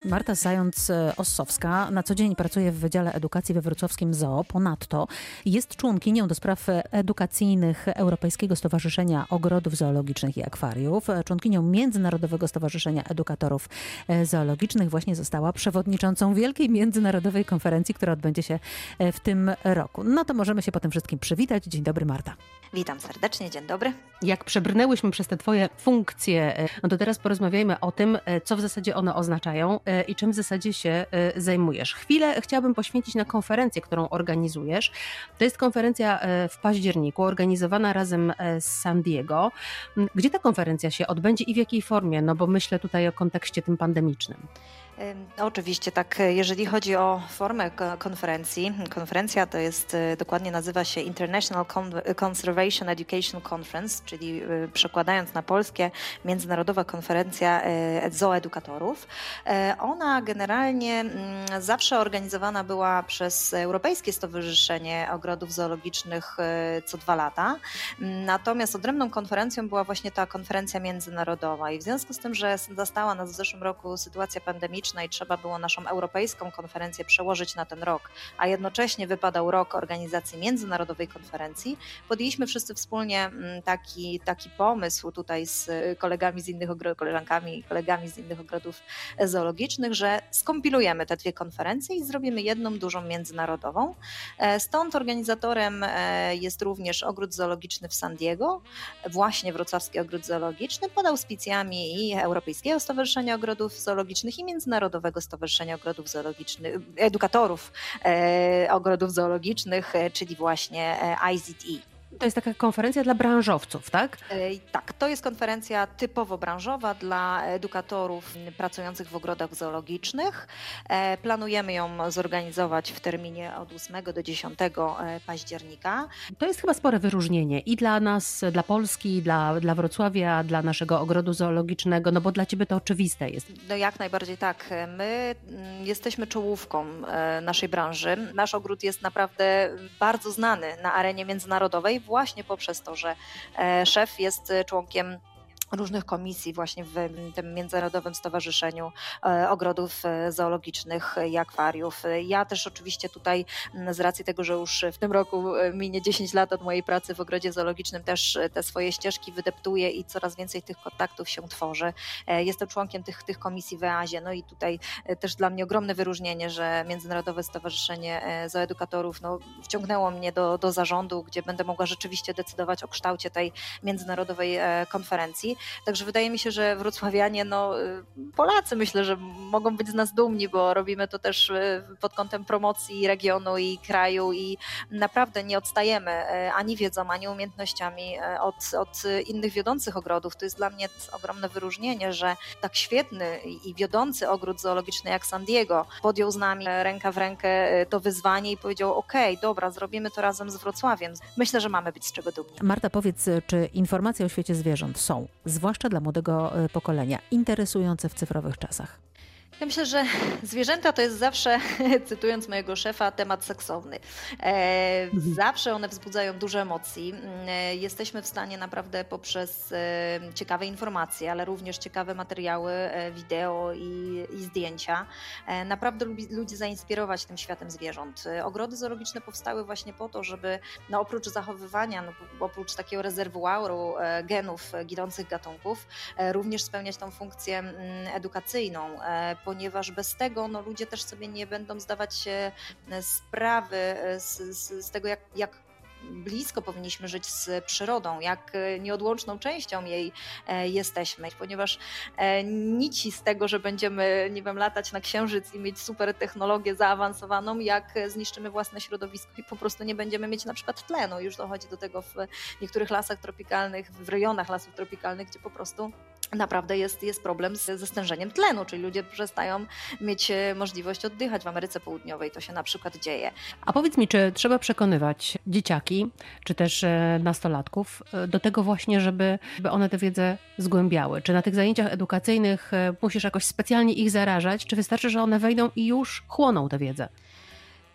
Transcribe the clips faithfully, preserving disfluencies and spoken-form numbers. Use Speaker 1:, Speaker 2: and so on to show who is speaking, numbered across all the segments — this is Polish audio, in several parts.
Speaker 1: Marta Zając-Ossowska na co dzień pracuje w Wydziale Edukacji we wrocławskim Z O O. Ponadto jest członkinią do spraw edukacyjnych Europejskiego Stowarzyszenia Ogrodów Zoologicznych i Akwariów. Członkinią Międzynarodowego Stowarzyszenia Edukatorów Zoologicznych. Właśnie została przewodniczącą wielkiej międzynarodowej konferencji, która odbędzie się w tym roku. No to możemy się po tym wszystkim przywitać. Dzień dobry, Marta.
Speaker 2: Witam serdecznie, dzień dobry.
Speaker 3: Jak przebrnęłyśmy przez te twoje funkcje, no to teraz porozmawiajmy o tym, co w zasadzie one oznaczają i czym w zasadzie się zajmujesz. Chwilę chciałabym poświęcić na konferencję, którą organizujesz. To jest konferencja w październiku, organizowana razem z San Diego. Gdzie ta konferencja się odbędzie i w jakiej formie? No bo myślę tutaj o kontekście tym pandemicznym.
Speaker 2: Oczywiście tak, jeżeli chodzi o formę konferencji, konferencja to jest, dokładnie nazywa się International Conservation Education Conference, czyli przekładając na polskie Międzynarodowa Konferencja Zooedukatorów. Ona generalnie zawsze organizowana była przez Europejskie Stowarzyszenie Ogrodów Zoologicznych co dwa lata, natomiast odrębną konferencją była właśnie ta konferencja międzynarodowa i w związku z tym, że zastała nas w zeszłym roku sytuacja pandemiczna i trzeba było naszą europejską konferencję przełożyć na ten rok, a jednocześnie wypadał rok organizacji międzynarodowej konferencji, podjęliśmy wszyscy wspólnie taki, taki pomysł tutaj z kolegami z innych ogrodów, koleżankami i kolegami z innych ogrodów zoologicznych, że skompilujemy te dwie konferencje i zrobimy jedną dużą międzynarodową. Stąd organizatorem jest również Ogród Zoologiczny w San Diego, właśnie Wrocławski Ogród Zoologiczny, pod auspicjami i Europejskiego Stowarzyszenia Ogrodów Zoologicznych i Międzynarodowego Stowarzyszenia Ogrodów Zoologicznych, Edukatorów e, Ogrodów Zoologicznych, e, czyli właśnie e, I Z T E.
Speaker 3: To jest taka konferencja dla branżowców, tak?
Speaker 2: Tak, to jest konferencja typowo branżowa dla edukatorów pracujących w ogrodach zoologicznych. Planujemy ją zorganizować w terminie od ósmego do dziesiątego października.
Speaker 3: To jest chyba spore wyróżnienie i dla nas, dla Polski, dla, dla Wrocławia, dla naszego ogrodu zoologicznego, no bo dla ciebie to oczywiste jest.
Speaker 2: No jak najbardziej tak. My jesteśmy czołówką naszej branży. Nasz ogród jest naprawdę bardzo znany na arenie międzynarodowej, właśnie poprzez to, że szef jest członkiem różnych komisji właśnie w tym Międzynarodowym Stowarzyszeniu Ogrodów Zoologicznych i Akwariów. Ja też oczywiście tutaj z racji tego, że już w tym roku minie dziesięć lat od mojej pracy w ogrodzie zoologicznym, też te swoje ścieżki wydeptuję i coraz więcej tych kontaktów się tworzy. Jestem członkiem tych, tych komisji w E A Z ie, no i tutaj też dla mnie ogromne wyróżnienie, że Międzynarodowe Stowarzyszenie Zooedukatorów no, wciągnęło mnie do, do zarządu, gdzie będę mogła rzeczywiście decydować o kształcie tej międzynarodowej konferencji. Także wydaje mi się, że wrocławianie, no Polacy myślę, że mogą być z nas dumni, bo robimy to też pod kątem promocji regionu i kraju i naprawdę nie odstajemy ani wiedzą, ani umiejętnościami od, od innych wiodących ogrodów. To jest dla mnie ogromne wyróżnienie, że tak świetny i wiodący ogród zoologiczny jak San Diego podjął z nami ręka w rękę to wyzwanie i powiedział: okej, dobra, zrobimy to razem z Wrocławiem. Myślę, że mamy być z czego dumni.
Speaker 1: Marta, powiedz, czy informacje o świecie zwierząt są, zwłaszcza dla młodego pokolenia, interesujące w cyfrowych czasach?
Speaker 2: Ja myślę, że zwierzęta to jest zawsze, cytując mojego szefa, temat seksowny. E, zawsze one wzbudzają dużo emocji. E, jesteśmy w stanie naprawdę poprzez e, ciekawe informacje, ale również ciekawe materiały, e, wideo i, i zdjęcia, e, naprawdę lubi, ludzi zainspirować tym światem zwierząt. E, ogrody zoologiczne powstały właśnie po to, żeby no, oprócz zachowywania, no, oprócz takiego rezerwuaru e, genów ginących gatunków, e, również spełniać tą funkcję m, edukacyjną, e, ponieważ bez tego no, ludzie też sobie nie będą zdawać sprawy z, z, z tego, jak, jak blisko powinniśmy żyć z przyrodą, jak nieodłączną częścią jej jesteśmy, ponieważ nici z tego, że będziemy, nie wiem, latać na Księżyc i mieć super technologię zaawansowaną, jak zniszczymy własne środowisko i po prostu nie będziemy mieć na przykład tlenu. Już dochodzi do tego w niektórych lasach tropikalnych, w rejonach lasów tropikalnych, gdzie po prostu naprawdę jest, jest problem z, ze stężeniem tlenu, czyli ludzie przestają mieć możliwość oddychać. W Ameryce Południowej to się na przykład dzieje.
Speaker 3: A powiedz mi, czy trzeba przekonywać dzieciaki, czy też nastolatków do tego właśnie, żeby, żeby one tę wiedzę zgłębiały? Czy na tych zajęciach edukacyjnych musisz jakoś specjalnie ich zarażać, czy wystarczy, że one wejdą i już chłoną tę wiedzę?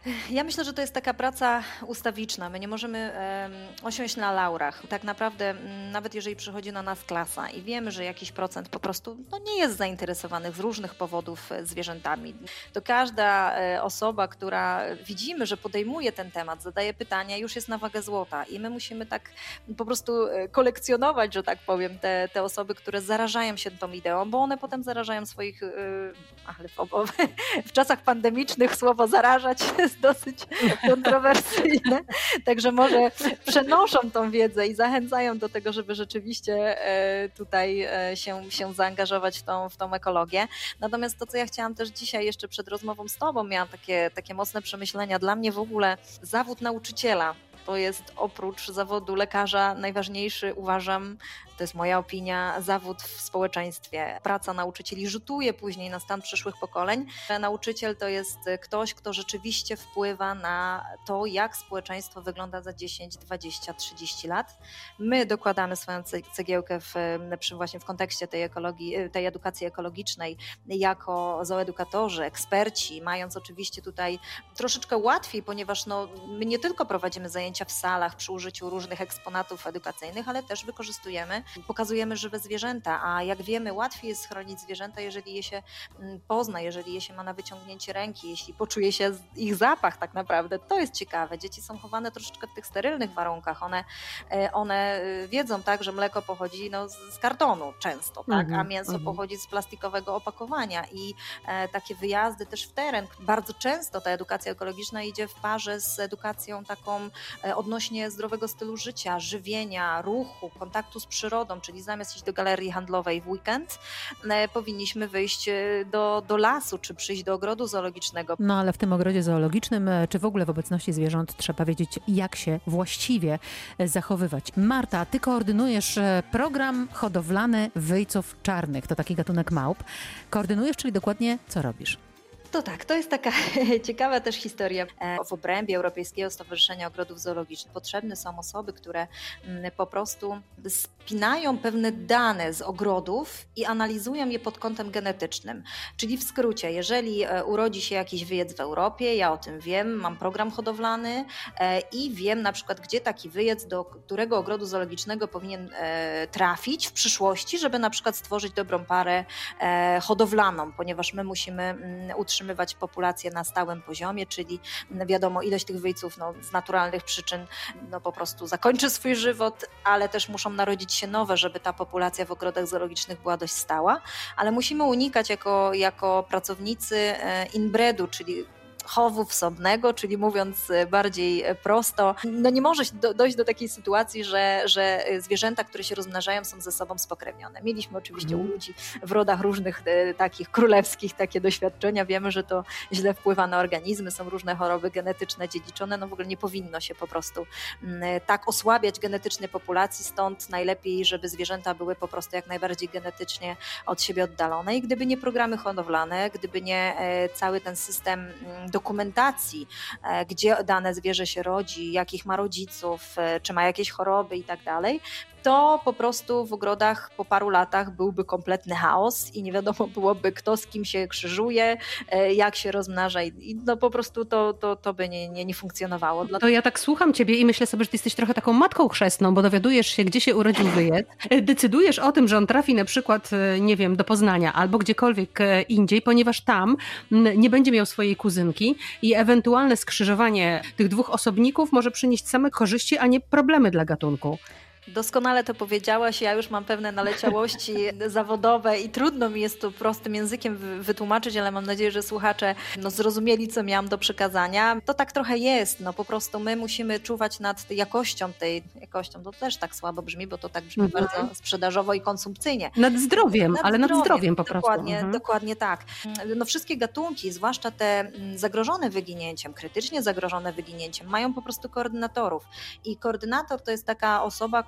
Speaker 2: Ja myślę, że to jest taka praca ustawiczna. My nie możemy um, osiąść na laurach. Tak naprawdę, m, nawet jeżeli przychodzi na nas klasa i wiemy, że jakiś procent po prostu no, nie jest zainteresowanych z różnych powodów zwierzętami, to każda e, osoba, która widzimy, że podejmuje ten temat, zadaje pytania, już jest na wagę złota i my musimy tak po prostu kolekcjonować, że tak powiem, te, te osoby, które zarażają się tą ideą, bo one potem zarażają swoich, yy, ale w, w czasach pandemicznych słowo zarażać jest dosyć kontrowersyjne, także może przenoszą tą wiedzę i zachęcają do tego, żeby rzeczywiście tutaj się, się zaangażować w tą, w tą ekologię. Natomiast to, co ja chciałam też dzisiaj jeszcze przed rozmową z Tobą, miałam takie, takie mocne przemyślenia. Dla mnie w ogóle zawód nauczyciela to jest oprócz zawodu lekarza najważniejszy, uważam, to jest moja opinia, zawód w społeczeństwie. Praca nauczycieli rzutuje później na stan przyszłych pokoleń. Nauczyciel to jest ktoś, kto rzeczywiście wpływa na to, jak społeczeństwo wygląda za dziesięć, dwadzieścia, trzydzieści lat. My dokładamy swoją cegiełkę w, właśnie w kontekście tej ekologii, tej edukacji ekologicznej jako zoedukatorzy, eksperci, mając oczywiście tutaj troszeczkę łatwiej, ponieważ no, my nie tylko prowadzimy zajęcia w salach przy użyciu różnych eksponatów edukacyjnych, ale też wykorzystujemy, pokazujemy żywe zwierzęta, a jak wiemy, łatwiej jest chronić zwierzęta, jeżeli je się pozna, jeżeli je się ma na wyciągnięcie ręki, jeśli poczuje się ich zapach tak naprawdę. To jest ciekawe. Dzieci są chowane troszeczkę w tych sterylnych warunkach. One, one wiedzą tak, że mleko pochodzi no, z kartonu często, tak, a mięso mm-hmm. pochodzi z plastikowego opakowania i e, takie wyjazdy też w teren. Bardzo często ta edukacja ekologiczna idzie w parze z edukacją taką e, odnośnie zdrowego stylu życia, żywienia, ruchu, kontaktu z przyrodą, czyli zamiast iść do galerii handlowej w weekend, e, powinniśmy wyjść do, do lasu, czy przyjść do ogrodu zoologicznego.
Speaker 1: No ale w tym ogrodzie zoologicznym, czy w ogóle w obecności zwierząt trzeba wiedzieć, jak się właściwie zachowywać. Marta, ty koordynujesz program hodowlany wyjców czarnych, to taki gatunek małp. Koordynujesz, czyli dokładnie co robisz?
Speaker 2: To tak, to jest taka ciekawa też historia. W obrębie Europejskiego Stowarzyszenia Ogrodów Zoologicznych potrzebne są osoby, które po prostu spinają pewne dane z ogrodów i analizują je pod kątem genetycznym. Czyli w skrócie, jeżeli urodzi się jakiś wyjec w Europie, ja o tym wiem, mam program hodowlany i wiem na przykład, gdzie taki wyjec, do którego ogrodu zoologicznego powinien trafić w przyszłości, żeby na przykład stworzyć dobrą parę hodowlaną, ponieważ my musimy utrzymywać populację na stałym poziomie, czyli wiadomo, ilość tych wyjców no, z naturalnych przyczyn no, po prostu zakończy swój żywot, ale też muszą narodzić się nowe, żeby ta populacja w ogrodach zoologicznych była dość stała, ale musimy unikać jako, jako pracownicy inbredu, czyli chowu wsobnego, czyli mówiąc bardziej prosto, no nie może do, dojść do takiej sytuacji, że, że zwierzęta, które się rozmnażają, są ze sobą spokrewnione. Mieliśmy oczywiście u ludzi w rodach różnych e, takich królewskich takie doświadczenia. Wiemy, że to źle wpływa na organizmy, są różne choroby genetyczne dziedziczone, no w ogóle nie powinno się po prostu m, tak osłabiać genetycznie populacji, stąd najlepiej, żeby zwierzęta były po prostu jak najbardziej genetycznie od siebie oddalone i gdyby nie programy hodowlane, gdyby nie e, cały ten system m, dokumentacji, gdzie dane zwierzę się rodzi, jakich ma rodziców, czy ma jakieś choroby i tak dalej, to po prostu w ogrodach po paru latach byłby kompletny chaos i nie wiadomo byłoby, kto z kim się krzyżuje, jak się rozmnaża i no po prostu to, to, to by nie, nie, nie funkcjonowało.
Speaker 3: To ja tak słucham ciebie i myślę sobie, że ty jesteś trochę taką matką chrzestną, bo dowiadujesz się, gdzie się urodził wyjec, decydujesz o tym, że on trafi na przykład, nie wiem, do Poznania albo gdziekolwiek indziej, ponieważ tam nie będzie miał swojej kuzynki i ewentualne skrzyżowanie tych dwóch osobników może przynieść same korzyści, a nie problemy dla gatunku.
Speaker 2: Doskonale to powiedziałaś, ja już mam pewne naleciałości zawodowe i trudno mi jest to prostym językiem wytłumaczyć, ale mam nadzieję, że słuchacze no, zrozumieli, co miałam do przekazania. To tak trochę jest, no po prostu my musimy czuwać nad jakością tej, jakością, to też tak słabo brzmi, bo to tak brzmi mhm. bardzo sprzedażowo i konsumpcyjnie.
Speaker 3: Nad zdrowiem, nad ale
Speaker 2: zdrowiem,
Speaker 3: nad zdrowiem po prostu.
Speaker 2: Dokładnie,
Speaker 3: mhm.
Speaker 2: dokładnie tak. No wszystkie gatunki, zwłaszcza te zagrożone wyginięciem, krytycznie zagrożone wyginięciem, mają po prostu koordynatorów i koordynator to jest taka osoba,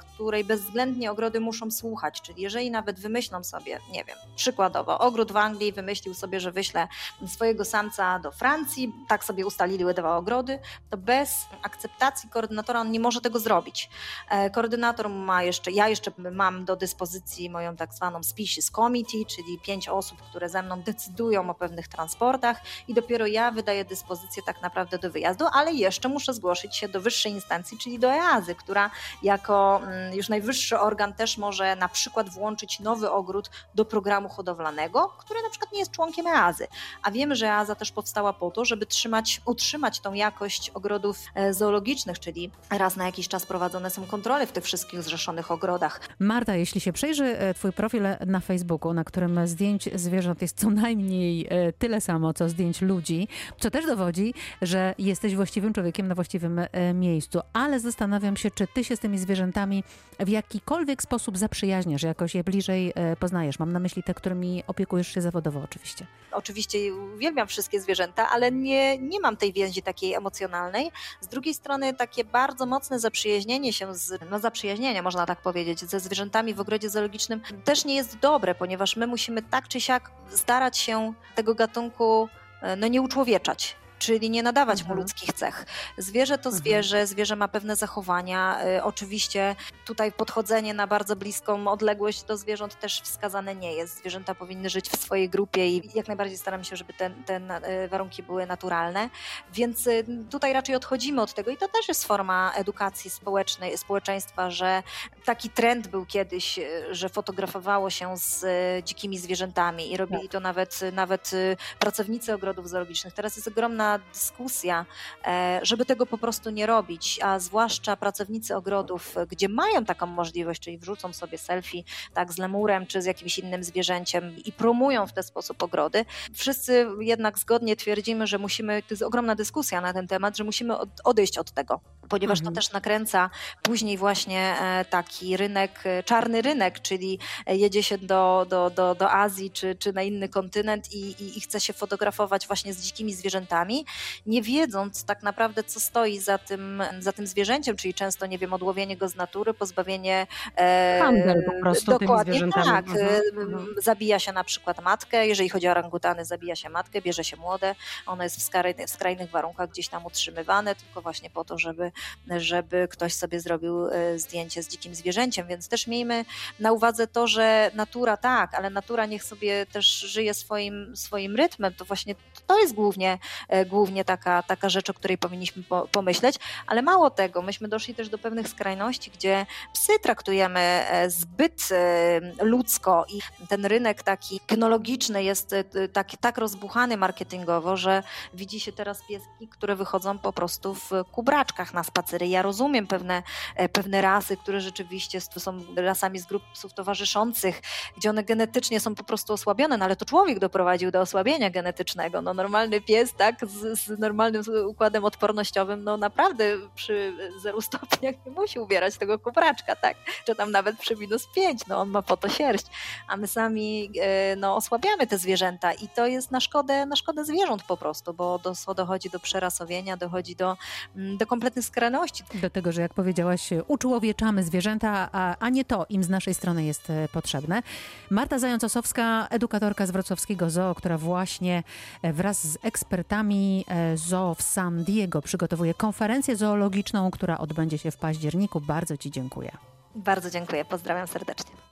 Speaker 2: której bezwzględnie ogrody muszą słuchać, czyli jeżeli nawet wymyślą sobie, nie wiem, przykładowo ogród w Anglii wymyślił sobie, że wyśle swojego samca do Francji, tak sobie ustalili dwa ogrody, to bez akceptacji koordynatora on nie może tego zrobić. Koordynator ma jeszcze, ja jeszcze mam do dyspozycji moją tak zwaną species committee, czyli pięć osób, które ze mną decydują o pewnych transportach i dopiero ja wydaję dyspozycję tak naprawdę do wyjazdu, ale jeszcze muszę zgłosić się do wyższej instancji, czyli do EASY, która jako już najwyższy organ też może na przykład włączyć nowy ogród do programu hodowlanego, który na przykład nie jest członkiem EASY. A wiemy, że EASA też powstała po to, żeby trzymać, utrzymać tą jakość ogrodów zoologicznych, czyli raz na jakiś czas prowadzone są kontrole w tych wszystkich zrzeszonych ogrodach.
Speaker 1: Marta, jeśli się przejrzy twój profil na Facebooku, na którym zdjęć zwierząt jest co najmniej tyle samo, co zdjęć ludzi, co też dowodzi, że jesteś właściwym człowiekiem na właściwym miejscu. Ale zastanawiam się, czy ty się z tymi zwierzętami w jakikolwiek sposób zaprzyjaźniasz, jakoś je bliżej poznajesz. Mam na myśli te, którymi opiekujesz się zawodowo oczywiście.
Speaker 2: Oczywiście uwielbiam wszystkie zwierzęta, ale nie, nie mam tej więzi takiej emocjonalnej. Z drugiej strony takie bardzo mocne zaprzyjaźnienie się, z, no zaprzyjaźnienie można tak powiedzieć, ze zwierzętami w ogrodzie zoologicznym też nie jest dobre, ponieważ my musimy tak czy siak starać się tego gatunku no, nie uczłowieczać. Czyli nie nadawać mhm. mu ludzkich cech. Zwierzę to mhm. zwierzę, zwierzę ma pewne zachowania. Y, oczywiście tutaj podchodzenie na bardzo bliską odległość do zwierząt też wskazane nie jest. Zwierzęta powinny żyć w swojej grupie i jak najbardziej staram się, żeby te, te y, warunki były naturalne. Więc y, tutaj raczej odchodzimy od tego i to też jest forma edukacji społecznej, społeczeństwa, że taki trend był kiedyś, y, że fotografowało się z y, dzikimi zwierzętami i robili tak. to nawet, nawet y, pracownicy ogrodów zoologicznych. Teraz jest ogromna dyskusja, żeby tego po prostu nie robić, a zwłaszcza pracownicy ogrodów, gdzie mają taką możliwość, czyli wrzucą sobie selfie tak, z lemurem czy z jakimś innym zwierzęciem i promują w ten sposób ogrody. Wszyscy jednak zgodnie twierdzimy, że musimy, to jest ogromna dyskusja na ten temat, że musimy odejść od tego, ponieważ mhm. to też nakręca później właśnie taki rynek, czarny rynek, czyli jedzie się do, do, do, do Azji czy, czy na inny kontynent i, i, i chce się fotografować właśnie z dzikimi zwierzętami, nie wiedząc tak naprawdę, co stoi za tym, za tym zwierzęciem, czyli często, nie wiem, odłowienie go z natury, pozbawienie...
Speaker 3: Handel po prostu
Speaker 2: dokładnie,
Speaker 3: tymi zwierzętami.
Speaker 2: Tak.
Speaker 3: Mhm.
Speaker 2: Zabija się na przykład matkę, jeżeli chodzi o orangutany, zabija się matkę, bierze się młode, ono jest w skrajnych, w skrajnych warunkach gdzieś tam utrzymywane, tylko właśnie po to, żeby, żeby ktoś sobie zrobił zdjęcie z dzikim zwierzęciem, więc też miejmy na uwadze to, że natura tak, ale natura niech sobie też żyje swoim, swoim rytmem, to właśnie to jest głównie głównie taka, taka rzecz, o której powinniśmy po, pomyśleć, ale mało tego, myśmy doszli też do pewnych skrajności, gdzie psy traktujemy zbyt ludzko i ten rynek taki kynologiczny jest tak, tak rozbuchany marketingowo, że widzi się teraz pieski, które wychodzą po prostu w kubraczkach na spacery. Ja rozumiem pewne, pewne rasy, które rzeczywiście są rasami z grup psów towarzyszących, gdzie one genetycznie są po prostu osłabione, no ale to człowiek doprowadził do osłabienia genetycznego. No normalny pies, tak, z, z normalnym układem odpornościowym, no naprawdę przy zero stopniach nie musi ubierać tego kubraczka, tak, czy tam nawet przy minus pięć, no on ma po to sierść, a my sami no, osłabiamy te zwierzęta i to jest na szkodę, na szkodę zwierząt po prostu, bo do, dochodzi do przerasowienia, dochodzi do, do kompletnych skrajności.
Speaker 1: Do tego, że jak powiedziałaś, uczłowieczamy zwierzęta, a, a nie to im z naszej strony jest potrzebne. Marta Zając-Osowska, edukatorka z wrocławskiego zoo, która właśnie wraz z ekspertami zoo w San Diego przygotowuje konferencję zoologiczną, która odbędzie się w październiku. Bardzo ci dziękuję.
Speaker 2: Bardzo dziękuję, pozdrawiam serdecznie.